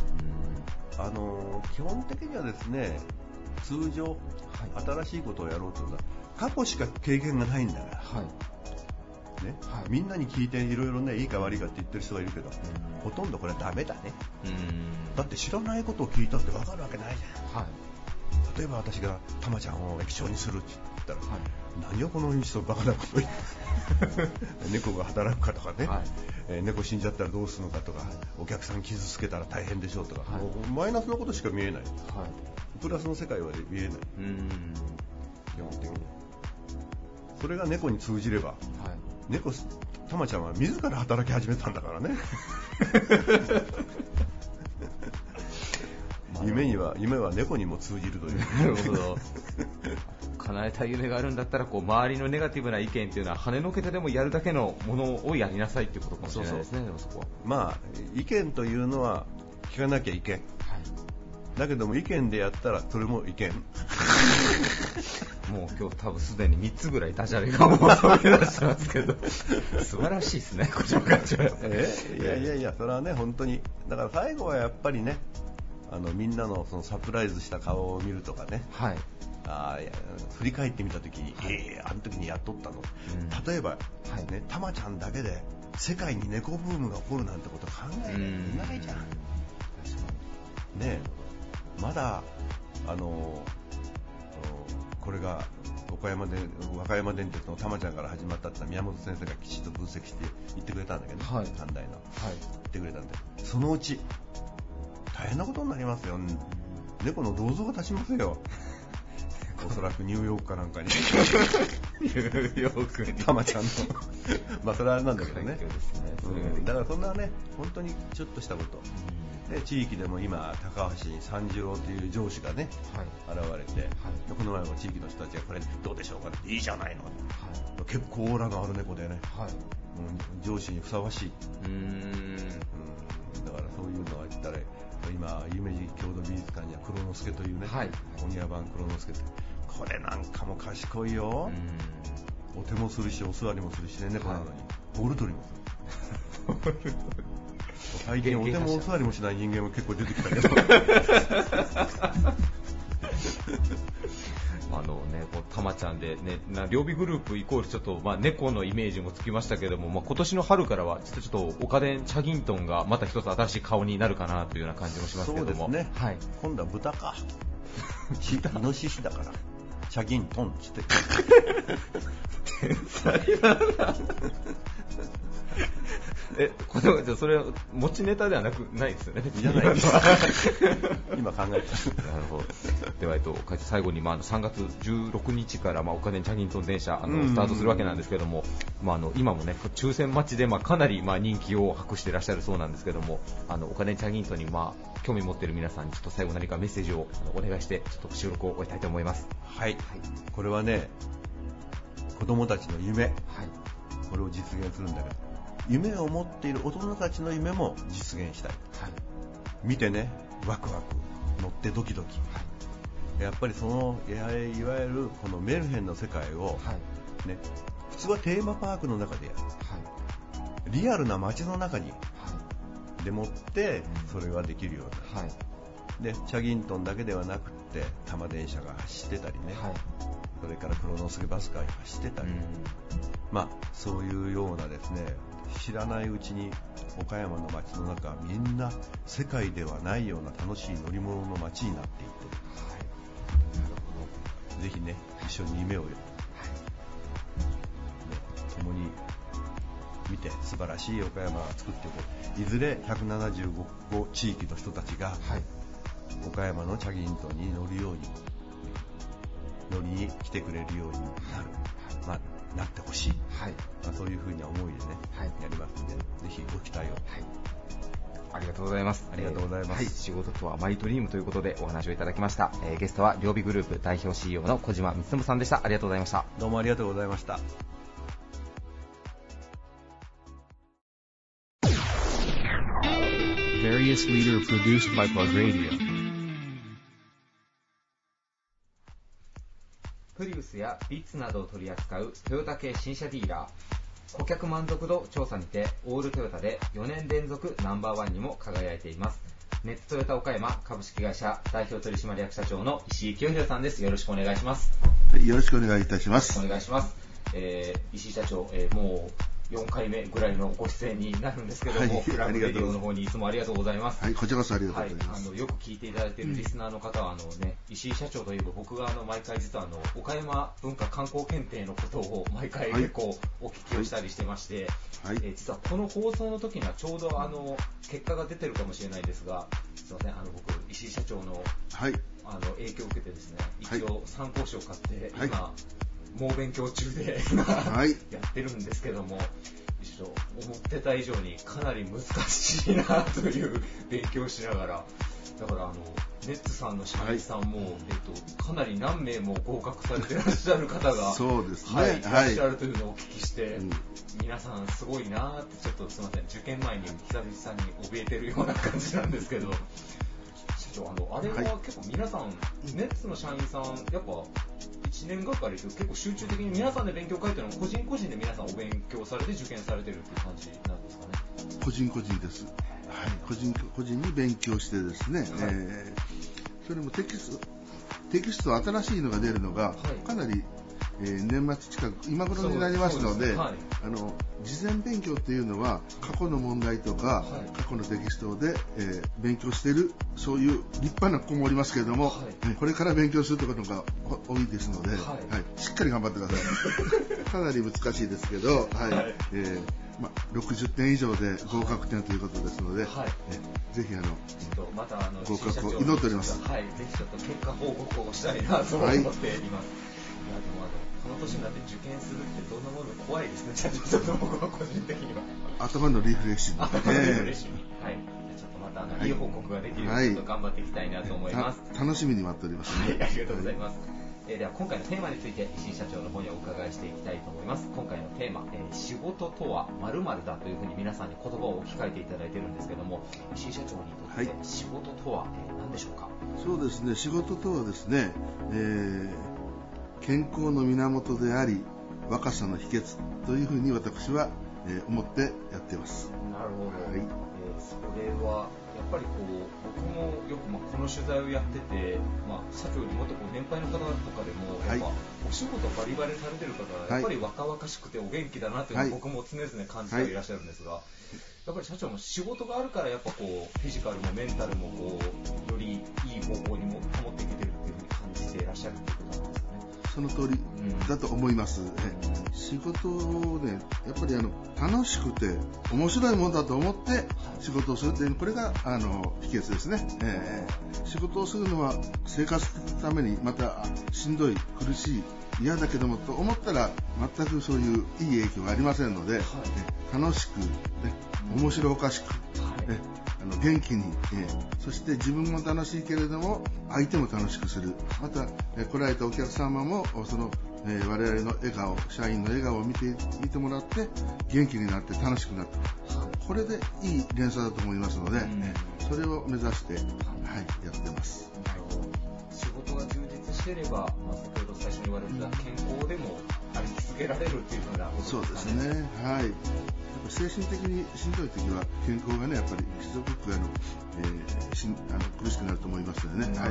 基本的にはですね、通常、新しいことをやろうというのは過去しか経験がないんだから、みんなに聞いていろいろね、いいか悪いかって言ってる人がいるけど、ほとんどこれはダメだね。だって知らないことを聞いたって分かるわけないじゃん。例えば私がたまちゃんを駅長にするって言ったら、何をこの人バカなこと言って猫が働くかとかね、猫死んじゃったらどうするのかとか、お客さん傷つけたら大変でしょうとか、マイナスのことしか見えない、プラスの世界は見えない、基本的に。それが猫に通じれば、たまちゃんは自ら働き始めたんだからね夢は猫にも通じるという。 なるほど叶えたい夢があるんだったら、こう周りのネガティブな意見っていうのは跳ねのけてでもやるだけのものをやりなさいっていうことかもしれないですね。そこはまあ意見というのは聞かなきゃいけん、だけども意見でやったらそれも意見もう今日多分すでに3つぐらいダジャレがもう飛び出してますけど素晴らしいですね、小島課長。 いやそれはね、本当にだから最後はやっぱりね、みんなのそのサプライズした顔を見るとかね、振り返ってみたときに、あの時にやっとったの、例えば、たまちゃんだけで世界に猫ブームが起こるなんてこと考えられないじゃん。ね、まだこれが和歌山電鉄のたまちゃんから始まったってのは宮本先生がきちっと分析して言ってくれたんだけど、寛大な、言ってくれたんで、そのうち大変なことになりますよ。猫の銅像が立ちますよ。おそらくニューヨークかなんかにニューヨークにたまちゃんのまあそれはあれなんだけどね、だからそんなね、本当にちょっとしたことで、地域でも今高橋三次郎という上司がね、現れて、この前も地域の人たちがこれどうでしょうかって、いいじゃないの、結構オーラのある猫でね、上司にふさわしい、 だからそういうのは言ったら今夢二郷土美術館には黒之助というね、はい、お庭番黒之助ってこれなんかも賢いよ。お手もするしお座りもするしね、猫なのに、ボール取りもする最近お手もお座りもしない人間も結構出てきたけどこうたまちゃんで、ね、両備グループイコールちょっと、猫のイメージもつきましたけども、今年の春からはちょっと岡田チャギントンがまた一つ新しい顔になるかなというような感じもしますけども。 そうですね、 はい、 今度は豚かイノシシだからチャギントンつって天才なんだこれそれは持ちネタではないですよね。 じゃないです今考えてなるほど。では会長最後に、3月16日から、岡田チャギントン電車スタートするわけなんですけども、今もね抽選待ちで、かなり人気を博していらっしゃるそうなんですけども、岡田チャギントンに興味持っている皆さんにちょっと最後何かメッセージをお願いしてちょっと収録を終えたいと思います。 はい、これはね子供たちの夢、これを実現するんだけど、夢を持っている大人たちの夢も実現したい、見てねワクワク乗ってドキドキ、やっぱりそのいわゆるこのメルヘンの世界を、ね、普通はテーマパークの中でやる、リアルな街の中に、でもってそれができるような、でチャギントンだけではなくって多摩電車が走ってたりね、それから黒之助バスが走ってたり、そういうようなですね、知らないうちに岡山の街の中はみんな世界ではないような楽しい乗り物の街になっていって、ぜひね一緒に夢を、共に見て素晴らしい岡山を作っていこう。いずれ175地域の人たちが、岡山のチャギントンに乗るように、乗りに来てくれるようになる、なってほしい、そういうふうな思いでね、やりますので、ぜひご期待を。 ありがとうございます。 ありがとうございます。 仕事とはマイドリームということでお話をいただきました。ゲストは両備グループ代表 CEO の小島光信さんでした。ありがとうございました。 どうもありがとうございました。 Various leader produced by Plug Radio。 プリウスやビッツなどを取り扱うトヨタ系新車ディーラー、顧客満足度調査にてオールトヨタで4年連続ナンバーワンにも輝いています。ネットトヨタ岡山株式会社代表取締役社長の石井清弘さんです。よろしくお願いします。 よろしくお願いいたします。 お願いします。石井社長、もう4回目ぐらいのご出演になるんですけども、クラブレディオの方にいつもありがとうございます。 こちらこそありがとうございます。 よく聞いていただいているリスナーの方は、石井社長といえば僕が毎回実は岡山文化観光検定のことを毎回結構お聞きをしたりしてまして、実はこの放送の時にはちょうど結果が出てるかもしれないですが、すいません、僕石井社長の、影響を受けてですね、一応参考書を買って、今猛勉強中でやってるんですけども、思ってた以上にかなり難しいなという勉強をしながら、だからネッツさんの社員さんも、かなり何名も合格されてらっしゃる方がそうですね、 いらっしゃるというのをお聞きして、皆さんすごいなって、ちょっとすいません、受験前に久々に怯えてるような感じなんですけど、社長、あれは結構皆さん、ネッツの社員さんやっぱ1年がかりと結構集中的に皆さんで勉強会っていうのは個人個人で皆さんお勉強されて受験されてるっていう感じなんですかね。 個人個人です。個人個人に勉強してですね、それもテキスト新しいのが出るのがかなり、年末近く今頃になりますので、事前勉強っていうのは過去の問題とか、過去のテキストで、勉強しているそういう立派な子もおりますけれども、これから勉強するということが多いですので、しっかり頑張ってください。かなり難しいですけど、60点以上で合格点ということですので、ぜひまた合格を祈っております。 ぜひちょっと結果報告をしたいなと思っています。この年になって受験するってどんなもの怖いですね、ちょっと僕は個人的には。 頭のリフレッシュ。 頭のリフレッシュ。ちょっとまたいい報告ができるように頑張っていきたいなと思います。 楽しみに待っております。 ありがとうございます。 では今回のテーマについて石井社長の方にお伺いしていきたいと思います。今回のテーマ、仕事とは〇〇だというふうに皆さんに言葉を置き換えていただいているんですけども、石井社長にとって仕事とは何でしょうか？ そうですね、仕事とはですね、健康の源であり若さの秘訣というふうに私は、思ってやっています。 なるほど、それはやっぱり僕もよくこの取材をやってて、社長よりもっと年配の方とかでもやっぱお仕事バリバリされてる方はやっぱり若々しくてお元気だなというのを僕も常々感じていらっしゃるんですが、やっぱり社長も仕事があるからやっぱフィジカルもメンタルもよりいい方向にも保っていけてるっていうふうに感じていらっしゃるということなんですかね。 その通りだと思います。仕事をね、やっぱり楽しくて面白いものだと思って仕事をするという、これが秘訣ですね。仕事をするのは生活のために、またしんどい、苦しい、嫌だけどもと思ったら全くそういういい影響はありませんので、楽しく、面白おかしく、元気に、そして自分も楽しいけれども相手も楽しくする、また、来られたお客様もその、我々の笑顔、社員の笑顔を見てもらって元気になって楽しくなって、これでいい連鎖だと思いますので、それを目指して、やってます。 仕事が充実していれば、先ほど最初に言われた健康でもあり続けられるっていうふうなことですかね。 そうですね。精神的にしんどい時は健康がね、やっぱりすごく苦しくなると思いますのでね。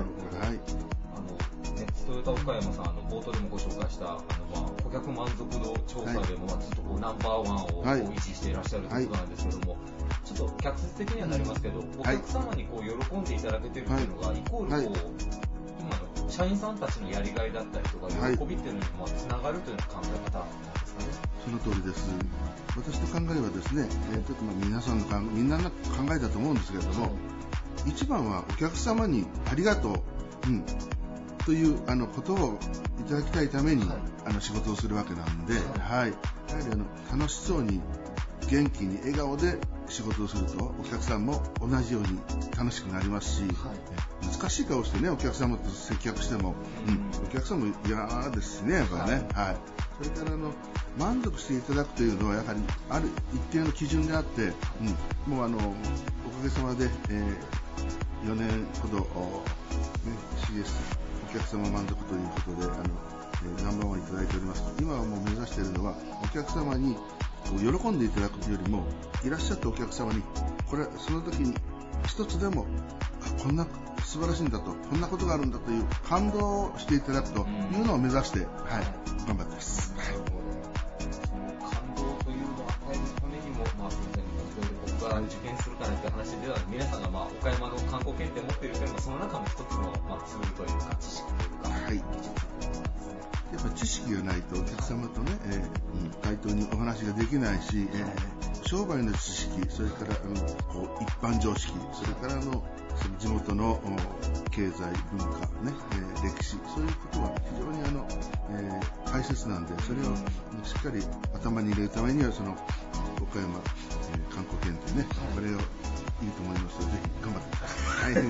トヨタ岡山さん、冒頭でもご紹介した顧客満足度調査でもずっとナンバーワンを維持していらっしゃるということなんですけども、ちょっと逆説的にはなりますけど、お客様に喜んでいただけているというのがイコール今の社員さんたちのやりがいだったりとか喜びっていうのにもつながるという考え方なんですかね。 その通りです。私の考えはですね、皆さんのみんなの考えだと思うんですけれども、一番はお客様にありがとう、ということをいただきたいために、仕事をするわけなんで、やはり楽しそうに元気に笑顔で仕事をするとお客さんも同じように楽しくなりますし、難しい顔してねお客様と接客しても、お客さんも嫌ですしね、やっぱりね、それから満足していただくというのはやはりある一定の基準であって、もうおかげさまで、4年ほど、CS お客様満足ということでナンバーワンいただいております。今はもう目指しているのはお客様に喜んでいただくというよりも、いらっしゃったお客様にその時に一つでもこんな素晴らしいんだと、こんなことがあるんだという感動をしていただくというのを目指して、頑張ってます。 感動というのを与えるためにも、僕が受験するからという話では、皆さんが岡山の観光検定を持っているというのはその中の一つのツールというか知識というか、 やっぱ知識がないとお客様とね、対等にお話ができないし、商売の知識、それから一般常識、それからその地元の経済文化、歴史、そういうことは非常に大切なんで、それをしっかり頭に入れるためにはその岡山、観光検定ね、これをいいと思いますので、ぜひ頑張ってください。すい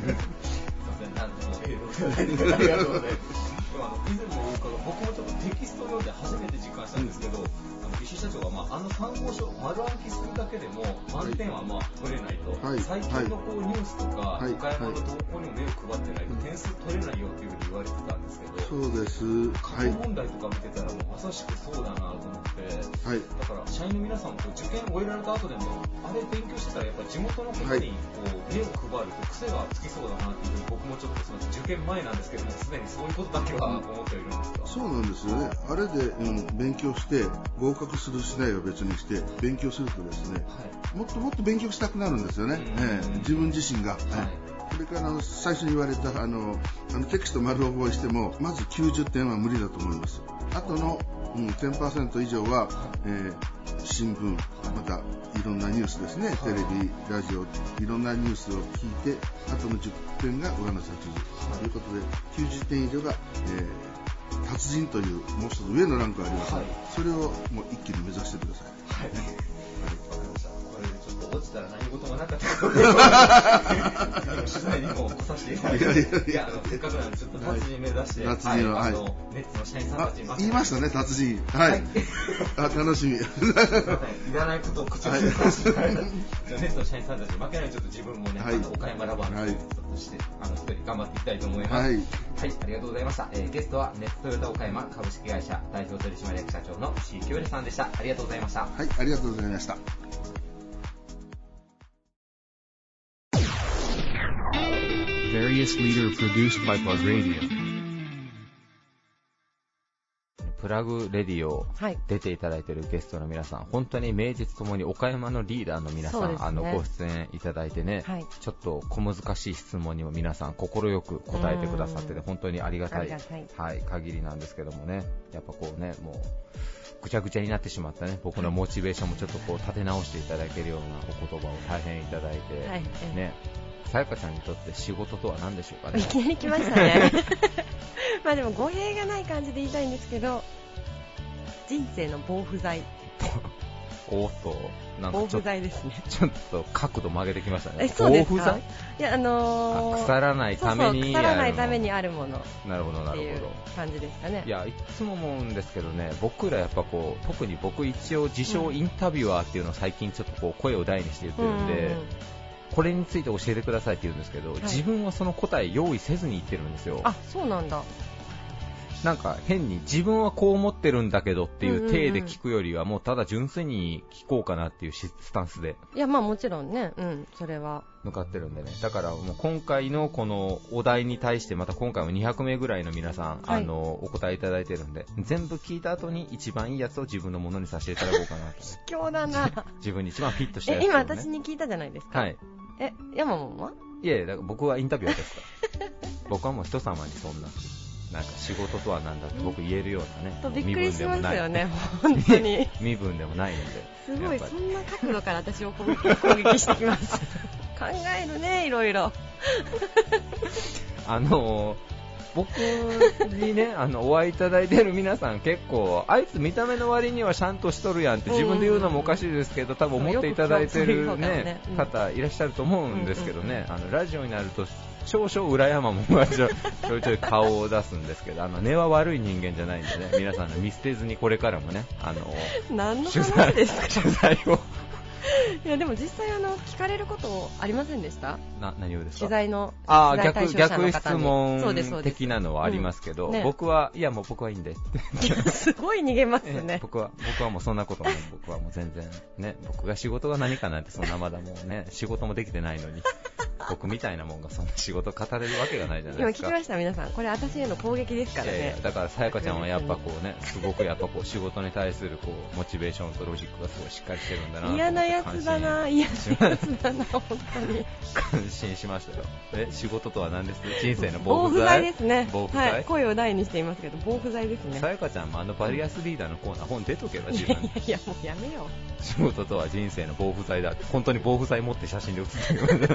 ません、ありがとうございます。以前も僕もちょっとテキストを読んで初めて実感したんですけど、石井社長が参考書丸暗記するだけでも満点は取れないと、最近のニュースとか岡山の動向にも目を配ってないと点数取れないよっていうふうに言われてたんですけど、 そうです。 過去問題とか見てたらまさしくそうだなと思って、だから社員の皆さんも受験を終えられた後でもあれ勉強してたらやっぱり地元のことに目を配ると癖がつきそうだなっていうふうに僕もちょっと受験前なんですけどもすでにそういうことだけは思っているんですか？ そうなんですよね。あれで、勉強して合格するしないは別にして勉強するとですね、もっともっと勉強したくなるんですよね、自分自身が。それから最初に言われたテキスト丸覚えしてもまず90点は無理だと思います。あとの、10% 以上は、新聞、またいろんなニュースですね、テレビ、ラジオ、いろんなニュースを聞いて、あとの10点が上乗せということで、90点以上が、達人というもう一つ上のランクがあります、それをもう一気に目指してください。 わかりました。これでちょっと落ちたら何事もなかったことで、取材にも来させていただいて、いや、せっかくなんで、ちょっと達人目指して、ネッツの社員さんたちに言いましたね、達人。はい。楽しみ。いらないことを口に出して、ネッツの社員さんたちに負けないちょっと自分もね、岡山ラバーの人として、一人頑張っていきたいと思います。はい、ありがとうございました。ゲストはネッツトヨタ岡山株式会社代表取締役社長の石井清里さんでした。ありがとうございました。 はい、ありがとうございました。 Various Leader produced by Plug Radio。 プラグレディオ出ていただいているゲストの皆さん、本当に名実ともに岡山のリーダーの皆さん、ご出演いただいてね、ちょっと小難しい質問にも皆さん快く答えてくださってて、本当にありがたい、限りなんですけどもね、やっぱこうね、もうぐちゃぐちゃになってしまったね、僕のモチベーションもちょっとこう立て直していただけるようなお言葉を大変いただいて、ね、さやかちゃんにとって仕事とは何でしょうかね。 いきなり来ましたね。まあでも語弊がない感じで言いたいんですけど、人生の防腐剤。 おっと、なんか防腐剤ですね。 ちょっと角度曲げてきましたね。 そうですか。 防腐剤？ いや、 腐らないために腐らないためにあるもの。 なるほどなるほど。 っていう感じですかね。 いや、いつも思うんですけどね、僕らやっぱこう、特に僕一応自称インタビュアーっていうのを最近ちょっとこう声を大にして言ってるんで、これについて教えてくださいって言うんですけど、自分はその答え用意せずに言ってるんですよ。 あ、そうなんだ。 なんか変に自分はこう思ってるんだけどっていう体で聞くよりは、もうただ純粋に聞こうかなっていうスタンスで、 いや、まあもちろんね、それは向かってるんでね。だからもう今回のこのお題に対してまた今回も200名ぐらいの皆さん、お答えいただいてるんで、全部聞いた後に一番いいやつを自分のものにさせていただこうかなと。 卑怯だな。 自分に一番フィットしたやつを、ね、 今私に聞いたじゃないですか。はい。山本はいやいや、だから僕はインタビュアーですから僕はもう人様にそんななんか仕事とは何だって僕言えるようなね、 びっくりしましたよね、本当に。 身分でもないので。 すごい、そんな角度から私を攻撃してきます。考えるね、いろいろ。 僕にね、お会いいただいている皆さん結構、あいつ見た目の割にはちゃんとしとるやんって自分で言うのもおかしいですけど、多分思っていただいているね、方いらっしゃると思うんですけどね、ラジオになると少々裏山もちょいちょい顔を出すんですけど、根は悪い人間じゃないんでね、皆さん見捨てずにこれからもね、 何の話ですか？ 取材をいやでも実際聞かれることありませんでした？ 何をですか？ 取材の逆質問的なのはありますけど、僕はいやもう僕はいいんで。 すごい逃げますね。 僕はもうそんなことも僕はもう全然ね、僕が仕事が何かなんてそんなまだもうね仕事もできてないのに。僕みたいなもんがそんな仕事語れるわけがないじゃないですか。 今聞きました皆さん、これ私への攻撃ですからね。 だからさやかちゃんはやっぱこうね、すごくやっぱこう仕事に対するこうモチベーションとロジックがすごいしっかりしてるんだな。 嫌なやつだな、嫌なやつだな、本当に感心しましたよ。仕事とは何です？人生の防腐剤ですね。 防腐剤、 はい、声を大にしていますけど防腐剤ですね。 さやかちゃんもバリアスリーダーのコーナー本出とけば自分。 いやもうやめよう。仕事とは人生の防腐剤だって、本当に防腐剤持って写真で写ってる。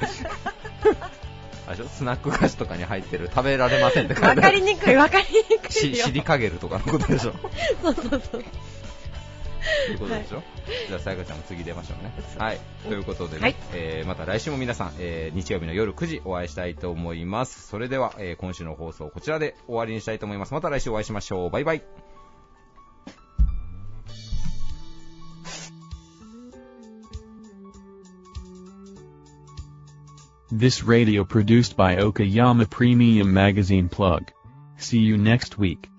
スナック菓子とかに入ってる食べられませんって分かりにくいよ。 シリカゲルとかのことでしょ。 そうということでしょ、はい、じゃあさやかちゃんも次出ましょうね。はい、ということでね、はい、また来週も皆さん、日曜日の夜9時お会いしたいと思います。それでは、今週の放送こちらで終わりにしたいと思います。また来週お会いしましょう。バイバイ。 This radio produced by Okayama Premium Magazine Plug. See you next week.